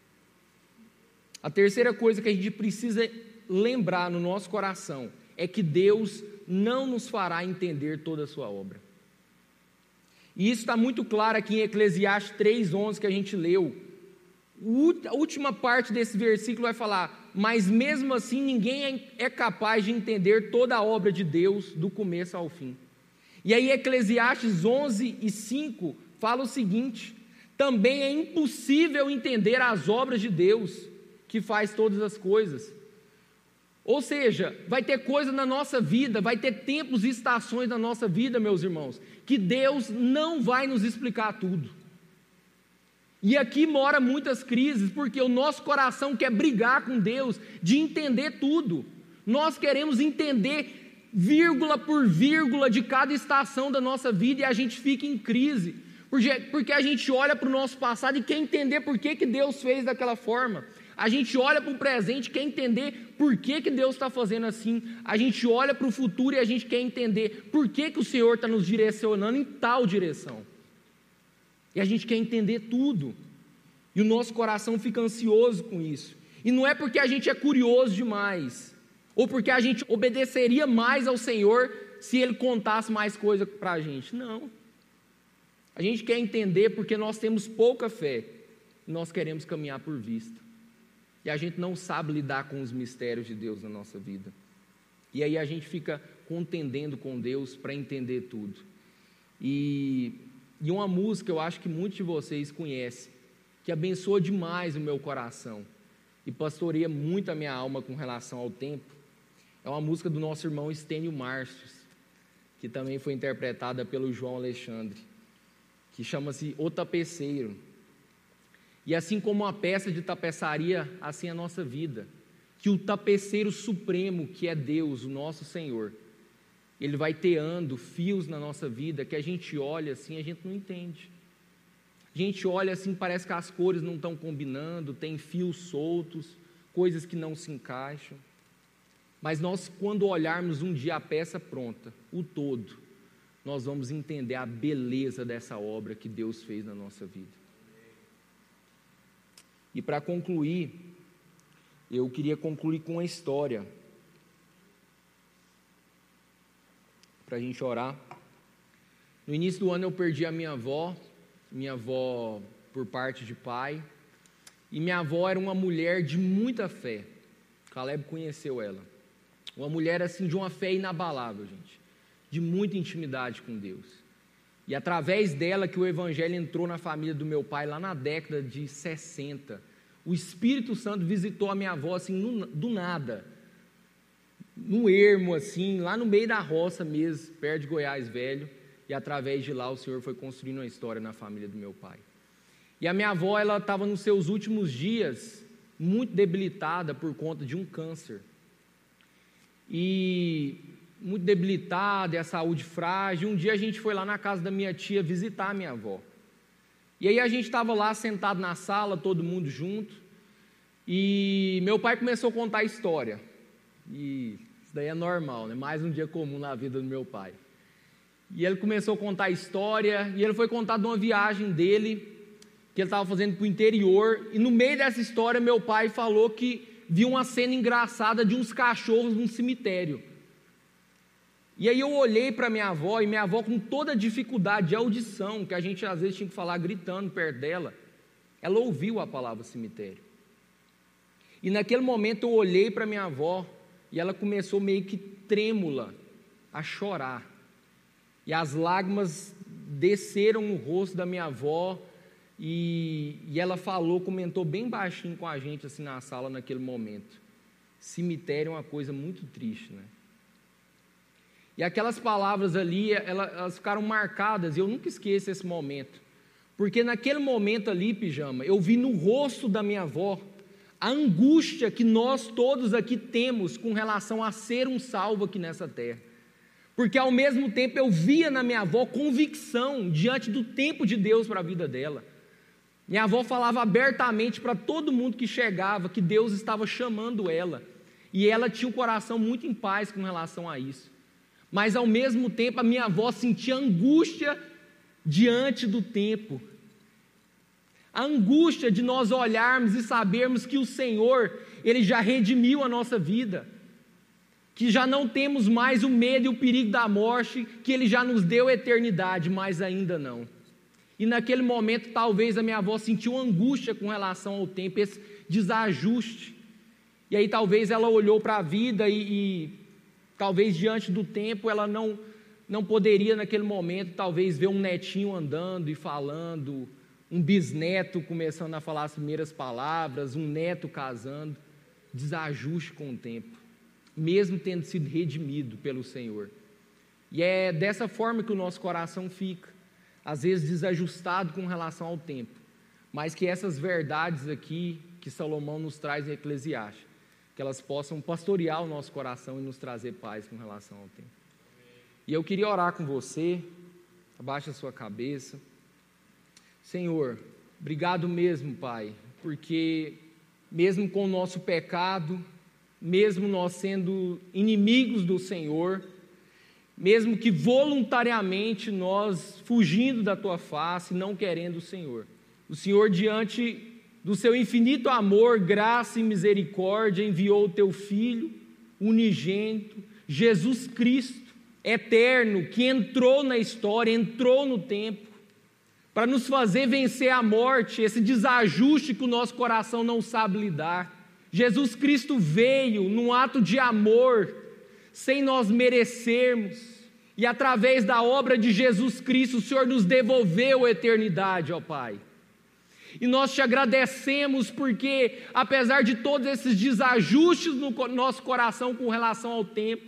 a terceira coisa que a gente precisa lembrar no nosso coração é que Deus não nos fará entender toda a sua obra. E isso está muito claro aqui em Eclesiastes 3:11 que a gente leu. A última parte desse versículo vai falar, mas mesmo assim ninguém é capaz de entender toda a obra de Deus do começo ao fim. E aí Eclesiastes 11:5 fala o seguinte, também é impossível entender as obras de Deus, que faz todas as coisas. Ou seja, vai ter coisa na nossa vida, vai ter tempos e estações na nossa vida, meus irmãos, que Deus não vai nos explicar tudo. E aqui mora muitas crises, porque o nosso coração quer brigar com Deus, de entender tudo. Nós queremos entender vírgula por vírgula de cada estação da nossa vida, e a gente fica em crise, porque a gente olha para o nosso passado e quer entender por que Deus fez daquela forma. A gente olha para o presente e quer entender por que Deus está fazendo assim. A gente olha para o futuro e a gente quer entender por que o Senhor está nos direcionando em tal direção. E a gente quer entender tudo. E o nosso coração fica ansioso com isso. E não é porque a gente é curioso demais, ou porque a gente obedeceria mais ao Senhor se Ele contasse mais coisa para a gente. Não. A gente quer entender porque nós temos pouca fé. E nós queremos caminhar por vista. E a gente não sabe lidar com os mistérios de Deus na nossa vida. E aí a gente fica contendendo com Deus para entender tudo. E uma música, eu acho que muitos de vocês conhecem, que abençoa demais o meu coração e pastoreia muito a minha alma com relação ao tempo, é uma música do nosso irmão Estênio Márcios, que também foi interpretada pelo João Alexandre, que chama-se O Tapeceiro. E assim como uma peça de tapeçaria, assim é a nossa vida, que o tapeceiro supremo, que é Deus, o nosso Senhor, Ele vai teando fios na nossa vida, que a gente olha assim, a gente não entende. A gente olha assim, parece que as cores não estão combinando, tem fios soltos, coisas que não se encaixam. Mas nós, quando olharmos um dia a peça pronta, o todo, nós vamos entender a beleza dessa obra que Deus fez na nossa vida. E para concluir, eu queria concluir com uma história, para a gente orar. No início do ano eu perdi a minha avó por parte de pai, e minha avó era uma mulher de muita fé. Caleb conheceu ela, uma mulher assim de uma fé inabalável, gente, de muita intimidade com Deus. E através dela que o evangelho entrou na família do meu pai lá na década de 60. O Espírito Santo visitou a minha avó assim do nada, no ermo assim, lá no meio da roça mesmo, perto de Goiás Velho, e através de lá o Senhor foi construindo uma história na família do meu pai. E a minha avó, ela estava nos seus últimos dias, muito debilitada por conta de um câncer. E muito debilitada, e a saúde frágil. Um dia a gente foi lá na casa da minha tia visitar a minha avó. E aí a gente estava lá sentado na sala, todo mundo junto, e meu pai começou a contar a história. E isso daí é normal, né? Mais um dia comum na vida do meu pai. E ele começou a contar a história, e ele foi contar de uma viagem dele, que ele estava fazendo para o interior, e no meio dessa história meu pai falou que viu uma cena engraçada de uns cachorros num cemitério. E aí eu olhei para minha avó, e minha avó com toda a dificuldade de audição, que a gente às vezes tinha que falar gritando perto dela, ela ouviu a palavra cemitério. E naquele momento eu olhei para minha avó, e ela começou meio que trêmula a chorar. E as lágrimas desceram no rosto da minha avó, e ela comentou bem baixinho com a gente assim na sala naquele momento: cemitério é uma coisa muito triste, né? E aquelas palavras ali, elas ficaram marcadas, e eu nunca esqueço esse momento, porque naquele momento ali, Pijama, eu vi no rosto da minha avó a angústia que nós todos aqui temos com relação a ser um salvo aqui nessa terra, porque ao mesmo tempo eu via na minha avó convicção diante do tempo de Deus para a vida dela. Minha avó falava abertamente para todo mundo que chegava que Deus estava chamando ela, e ela tinha o coração muito em paz com relação a isso. Mas ao mesmo tempo a minha avó sentia angústia diante do tempo, a angústia de nós olharmos e sabermos que o Senhor, Ele já redimiu a nossa vida, que já não temos mais o medo e o perigo da morte, que Ele já nos deu a eternidade, mas ainda não. E naquele momento talvez a minha avó sentiu angústia com relação ao tempo, esse desajuste, e aí talvez ela olhou para a vida e talvez diante do tempo ela não poderia naquele momento talvez ver um netinho andando e falando, um bisneto começando a falar as primeiras palavras, um neto casando, desajuste com o tempo, mesmo tendo sido redimido pelo Senhor. E é dessa forma que o nosso coração fica, às vezes desajustado com relação ao tempo, mas que essas verdades aqui que Salomão nos traz em Eclesiastes, que elas possam pastorear o nosso coração e nos trazer paz com relação ao tempo. E eu queria orar com você, abaixa a sua cabeça. Senhor, obrigado mesmo, Pai, porque mesmo com o nosso pecado, mesmo nós sendo inimigos do Senhor, mesmo que voluntariamente nós fugindo da Tua face, não querendo o Senhor diante do Seu infinito amor, graça e misericórdia, enviou o Teu Filho unigênito, Jesus Cristo, eterno, que entrou na história, entrou no tempo, para nos fazer vencer a morte, esse desajuste que o nosso coração não sabe lidar. Jesus Cristo veio num ato de amor, sem nós merecermos, e através da obra de Jesus Cristo, o Senhor nos devolveu a eternidade, ó Pai. E nós te agradecemos porque, apesar de todos esses desajustes no nosso coração com relação ao tempo,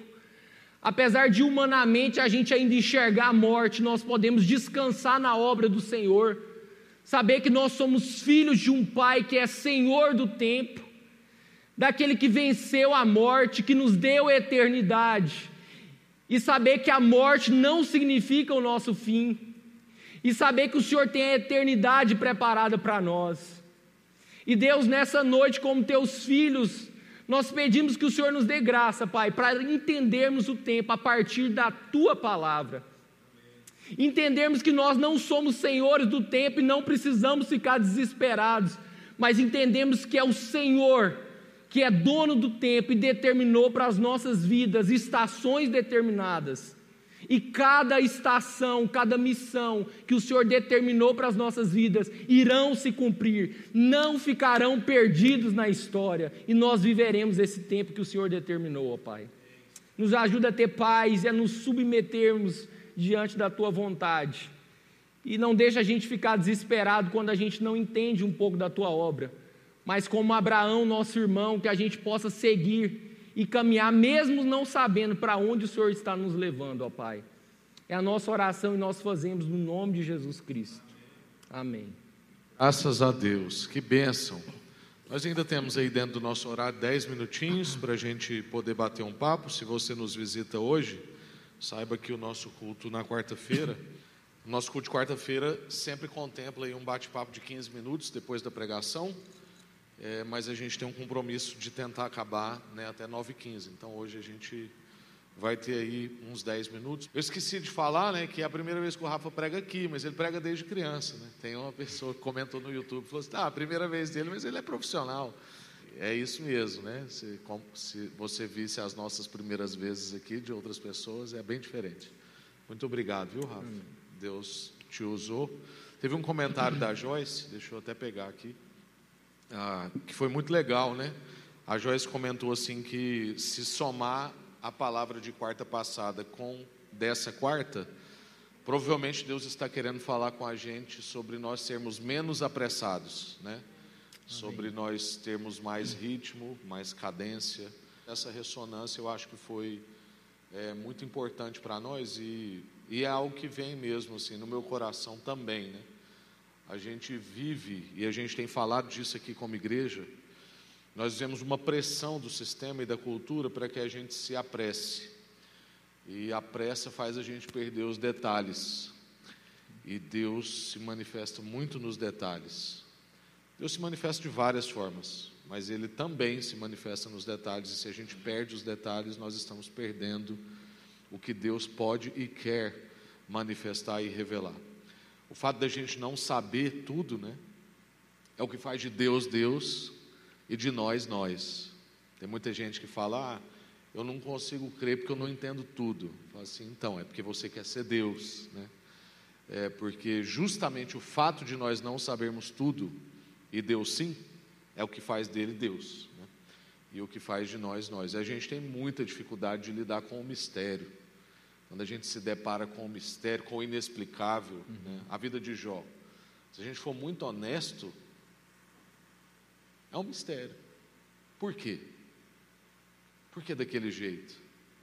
apesar de humanamente a gente ainda enxergar a morte, nós podemos descansar na obra do Senhor, saber que nós somos filhos de um Pai que é Senhor do tempo, daquele que venceu a morte, que nos deu a eternidade, e saber que a morte não significa o nosso fim, e saber que o Senhor tem a eternidade preparada para nós. E Deus, nessa noite, como teus filhos, nós pedimos que o Senhor nos dê graça, Pai, para entendermos o tempo a partir da Tua palavra. Entendermos que nós não somos senhores do tempo e não precisamos ficar desesperados, mas entendemos que é o Senhor que é dono do tempo e determinou para as nossas vidas estações determinadas. E cada estação, cada missão que o Senhor determinou para as nossas vidas irão se cumprir, não ficarão perdidos na história, e nós viveremos esse tempo que o Senhor determinou, ó Pai. Nos ajuda a ter paz e a nos submetermos diante da Tua vontade, e não deixa a gente ficar desesperado quando a gente não entende um pouco da Tua obra, mas como Abraão, nosso irmão, que a gente possa seguir e caminhar, mesmo não sabendo para onde o Senhor está nos levando, ó Pai. É a nossa oração e nós fazemos no nome de Jesus Cristo. Amém. Graças a Deus, que bênção. Nós ainda temos aí dentro do nosso horário 10 minutinhos para a gente poder bater um papo. Se você nos visita hoje, saiba que o nosso culto na quarta-feira, o nosso culto de quarta-feira sempre contempla aí um bate-papo de 15 minutos depois da pregação. Mas a gente tem um compromisso de tentar acabar, né, até 9h15. Então hoje a gente vai ter aí uns 10 minutos. Eu esqueci de falar, né, que é a primeira vez que o Rafa prega aqui, mas ele prega desde criança, né? Tem uma pessoa que comentou no YouTube, falou assim, a primeira vez dele, mas ele é profissional. É isso mesmo, né? Se você visse as nossas primeiras vezes aqui de outras pessoas, é bem diferente. Muito obrigado, viu, Rafa? Deus te usou. Teve um comentário da Joyce, deixa eu até pegar aqui. Que foi muito legal, né? A Joyce comentou assim que se somar a palavra de quarta passada com dessa quarta, provavelmente Deus está querendo falar com a gente sobre nós sermos menos apressados, né? Amém. Sobre nós termos mais ritmo, mais cadência. Essa ressonância eu acho que foi muito importante para nós e é algo que vem mesmo assim no meu coração também, né? A gente vive, e a gente tem falado disso aqui como igreja, nós vemos uma pressão do sistema e da cultura para que a gente se apresse. E a pressa faz a gente perder os detalhes. E Deus se manifesta muito nos detalhes. Deus se manifesta de várias formas, mas Ele também se manifesta nos detalhes. E se a gente perde os detalhes, nós estamos perdendo o que Deus pode e quer manifestar e revelar. O fato da gente não saber tudo, né, é o que faz de Deus, Deus, e de nós, nós. Tem muita gente que fala, eu não consigo crer porque eu não entendo tudo. Fala assim, então, é porque você quer ser Deus, né? É porque justamente o fato de nós não sabermos tudo, e Deus sim, é o que faz dele Deus, né? E o que faz de nós, nós. E a gente tem muita dificuldade de lidar com o mistério. Quando a gente se depara com o mistério, com o inexplicável, né? A vida de Jó. Se a gente for muito honesto, é um mistério. Por quê? Por que daquele jeito?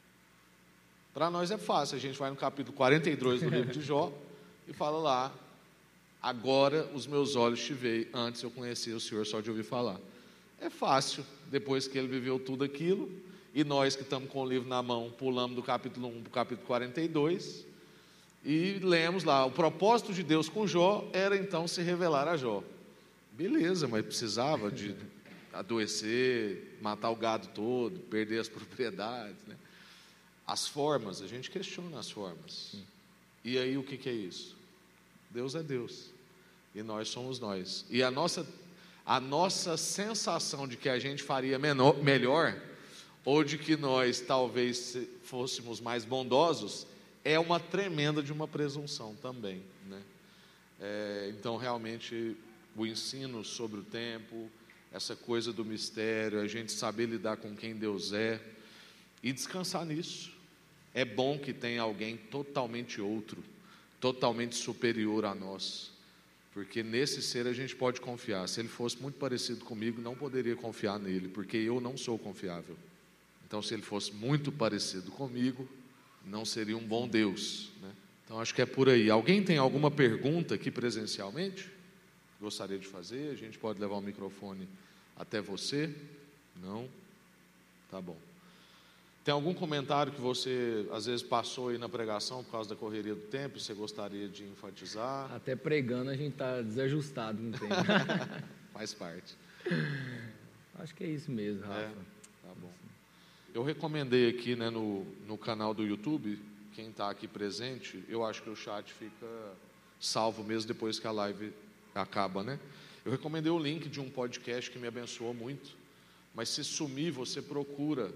Para nós é fácil, a gente vai no capítulo 42 do livro de Jó e fala lá: agora os meus olhos te veem, antes eu conhecia o Senhor só de ouvir falar. É fácil, depois que ele viveu tudo aquilo, e nós que estamos com o livro na mão, pulamos do capítulo 1 para o capítulo 42, e lemos lá, o propósito de Deus com Jó era então se revelar a Jó. Beleza, mas precisava de adoecer, matar o gado todo, perder as propriedades, né? As formas, a gente questiona as formas. Sim. E aí o que é isso? Deus é Deus, e nós somos nós. E a nossa sensação de que a gente faria melhor, ou de que nós talvez fôssemos mais bondosos, é uma tremenda de uma presunção também, né? Então realmente o ensino sobre o tempo, essa coisa do mistério, a gente saber lidar com quem Deus é e descansar nisso. É bom que tenha alguém totalmente outro, totalmente superior a nós, porque nesse ser a gente pode confiar. Se ele fosse muito parecido comigo, não poderia confiar nele, porque eu não sou confiável. Então, se ele fosse muito parecido comigo, não seria um bom Deus, né? Então, acho que é por aí. Alguém tem alguma pergunta aqui presencialmente? Gostaria de fazer? A gente pode levar o microfone até você? Não? Tá bom. Tem algum comentário que você, às vezes, passou aí na pregação por causa da correria do tempo e você gostaria de enfatizar? Até pregando a gente está desajustado no tempo. Faz parte. Acho que é isso mesmo, Rafa. Tá bom. Eu recomendei aqui, né, no canal do YouTube, quem está aqui presente, eu acho que o chat fica salvo mesmo depois que a live acaba, né? Eu recomendei o link de um podcast que me abençoou muito, mas se sumir, você procura,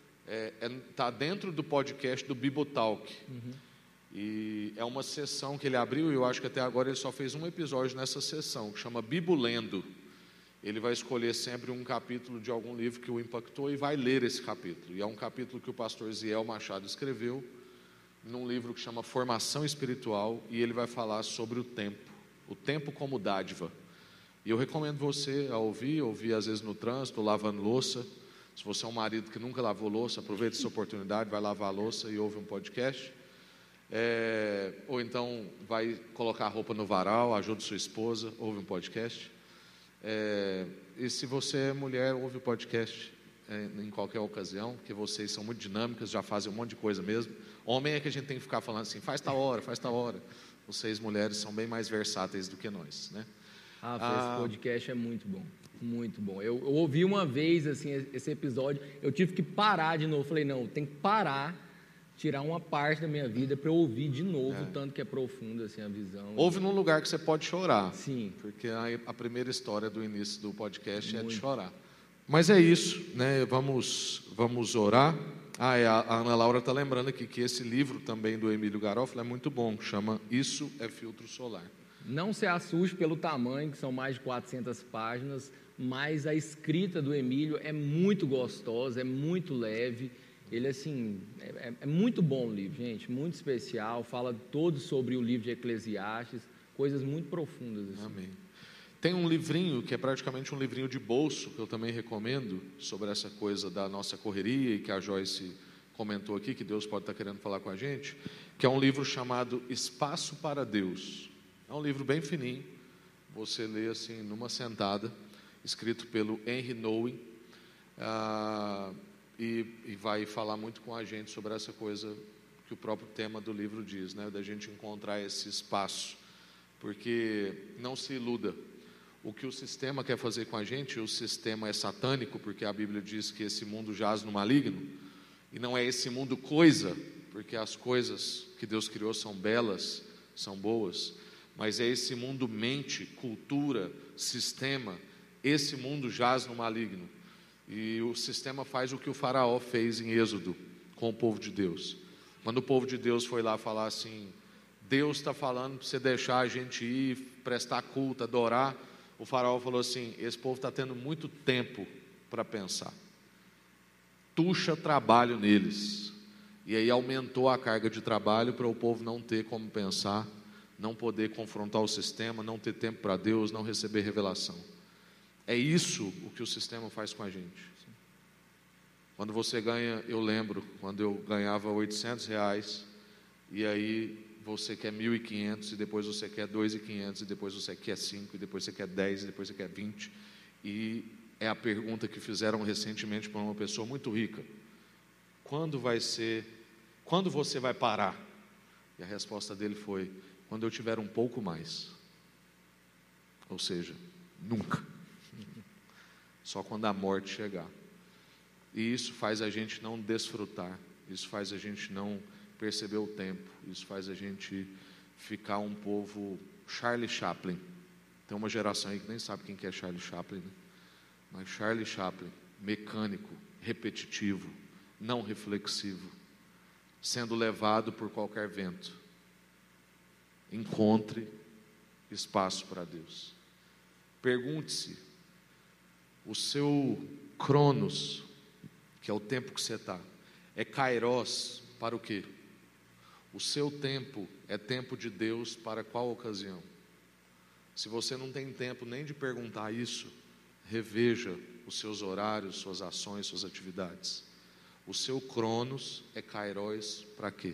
tá dentro do podcast do Bibotalk. E é uma sessão que ele abriu, e eu acho que até agora ele só fez um episódio nessa sessão, que chama Bibulendo. Ele vai escolher sempre um capítulo de algum livro que o impactou e vai ler esse capítulo. E é um capítulo que o pastor Ziel Machado escreveu, num livro que chama Formação Espiritual, e ele vai falar sobre o tempo como dádiva. E eu recomendo você a ouvir às vezes no trânsito, lavando louça. Se você é um marido que nunca lavou louça, aproveite essa oportunidade, vai lavar a louça e ouve um podcast. Ou então vai colocar a roupa no varal, ajuda sua esposa, ouve um podcast. E se você é mulher, ouve o podcast em qualquer ocasião, porque vocês são muito dinâmicas, já fazem um monte de coisa mesmo. Homem é que a gente tem que ficar falando assim, faz tal hora. Vocês mulheres são bem mais versáteis do que nós, né? Esse podcast é muito bom, muito bom. Eu ouvi uma vez assim, esse episódio, eu tive que parar de novo. Falei, não, tem que parar, tirar uma parte da minha vida para eu ouvir de novo, tanto que é profundo assim, a visão. Ouve num lugar que você pode chorar. Sim. Porque a primeira história do início do podcast é de chorar. Mas é isso, né? Vamos orar. A Ana Laura está lembrando aqui que esse livro também do Emílio Garofalo é muito bom, chama Isso é Filtro Solar. Não se assuste pelo tamanho, que são mais de 400 páginas, mas a escrita do Emílio é muito gostosa, é muito leve. Ele, assim, é muito bom o livro, gente, muito especial, fala todo sobre o livro de Eclesiastes, coisas muito profundas. Assim. Amém. Tem um livrinho, que é praticamente um livrinho de bolso, que eu também recomendo, sobre essa coisa da nossa correria, e que a Joyce comentou aqui, que Deus pode estar querendo falar com a gente, que é um livro chamado Espaço para Deus. É um livro bem fininho, você lê assim numa sentada, escrito pelo Henry Nouwen, e vai falar muito com a gente sobre essa coisa que o próprio tema do livro diz, né? Da gente encontrar esse espaço, porque não se iluda, o que o sistema quer fazer com a gente, o sistema é satânico, porque a Bíblia diz que esse mundo jaz no maligno, e não é esse mundo coisa, porque as coisas que Deus criou são belas, são boas, mas é esse mundo mente, cultura, sistema, esse mundo jaz no maligno. E o sistema faz o que o faraó fez em Êxodo com o povo de Deus. Quando o povo de Deus foi lá falar assim, Deus está falando para você deixar a gente ir, prestar culto, adorar, o faraó falou assim, esse povo está tendo muito tempo para pensar. Tuxa trabalho neles. E aí aumentou a carga de trabalho para o povo não ter como pensar não poder confrontar o sistema, não ter tempo para Deus, não receber revelação. É isso o que o sistema faz com a gente. Quando você ganha, eu lembro, quando eu ganhava R$800, e aí você quer 1.500, e depois você quer 2.500, e depois você quer 5, e depois você quer 10, e depois você quer 20, e é a pergunta que fizeram recentemente para uma pessoa muito rica: quando você vai parar? E a resposta dele foi: quando eu tiver um pouco mais. Ou seja, nunca. Só quando a morte chegar. E isso faz a gente não desfrutar, isso faz a gente não perceber o tempo, isso faz a gente ficar um povo Charlie Chaplin. Tem uma geração aí que nem sabe quem que é Charlie Chaplin, né? Mas Charlie Chaplin, mecânico, repetitivo, não reflexivo, sendo levado por qualquer vento. Encontre espaço para Deus. Pergunte-se: o seu Cronos, que é o tempo que você está, é Kairos para o quê? O seu tempo é tempo de Deus para qual ocasião? Se você não tem tempo nem de perguntar isso, reveja os seus horários, suas ações, suas atividades. O seu Cronos é Kairos para quê?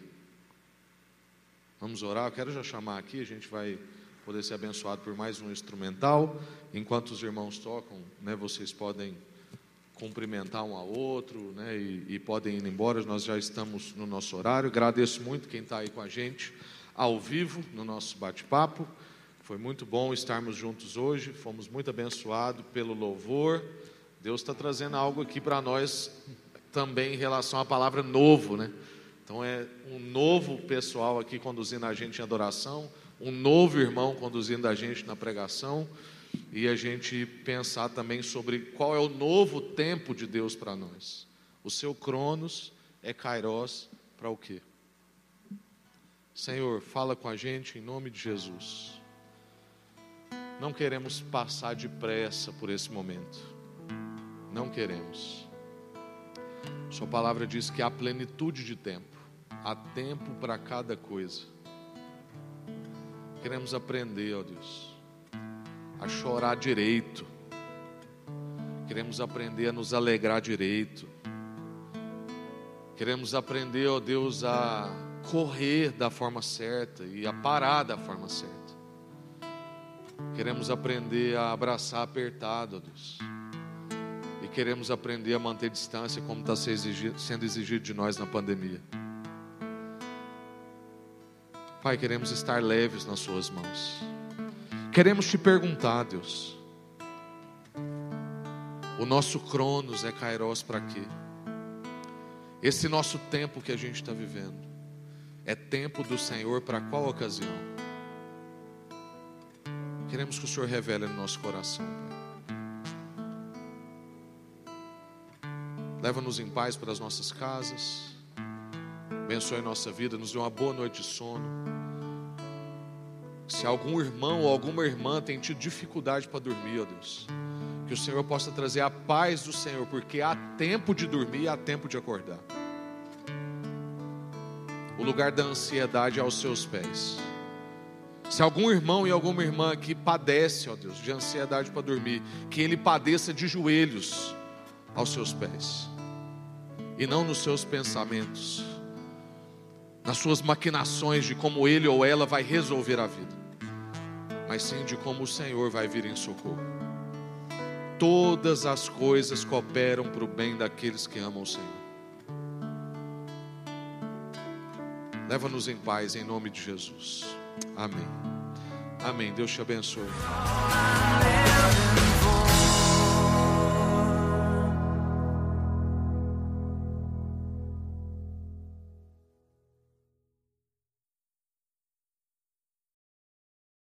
Vamos orar? Eu quero já chamar aqui, a gente vai poder ser abençoado por mais um instrumental. Enquanto os irmãos tocam, né, vocês podem cumprimentar um ao outro, né, e podem ir embora. Nós já estamos no nosso horário. Agradeço muito quem está aí com a gente ao vivo no nosso bate-papo. Foi muito bom estarmos juntos hoje. Fomos muito abençoados pelo louvor. Deus está trazendo algo aqui para nós também em relação à palavra novo, né? Então é um novo pessoal aqui conduzindo a gente em adoração, um novo irmão conduzindo a gente na pregação, e a gente pensar também sobre qual é o novo tempo de Deus para nós. O seu Cronos é Kairos para o quê? Senhor, fala com a gente em nome de Jesus. Não queremos passar depressa por esse momento. Não queremos. Sua palavra diz que há plenitude de tempo. Há tempo para cada coisa. Queremos aprender, ó Deus, a chorar direito. Queremos aprender a nos alegrar direito. Queremos aprender, ó Deus, a correr da forma certa e a parar da forma certa. Queremos aprender a abraçar apertado, ó Deus. E queremos aprender a manter distância como está sendo exigido de nós na pandemia. Pai, queremos estar leves nas suas mãos. Queremos te perguntar, Deus, o nosso Cronos é Kairos para quê? Esse nosso tempo que a gente está vivendo é tempo do Senhor para qual ocasião? Queremos que o Senhor revele no nosso coração, Pai. Leva-nos em paz para as nossas casas. Abençoe nossa vida, nos dê uma boa noite de sono. Se algum irmão ou alguma irmã tem tido dificuldade para dormir, ó Deus, que o Senhor possa trazer a paz do Senhor, porque há tempo de dormir e há tempo de acordar. O lugar da ansiedade é aos seus pés. Se algum irmão e alguma irmã aqui padece, ó Deus, de ansiedade para dormir, que ele padeça de joelhos aos seus pés, e não nos seus pensamentos, nas suas maquinações de como ele ou ela vai resolver a vida, mas sim de como o Senhor vai vir em socorro. Todas as coisas cooperam para o bem daqueles que amam o Senhor. Leva-nos em paz em nome de Jesus. Amém. Amém. Deus te abençoe.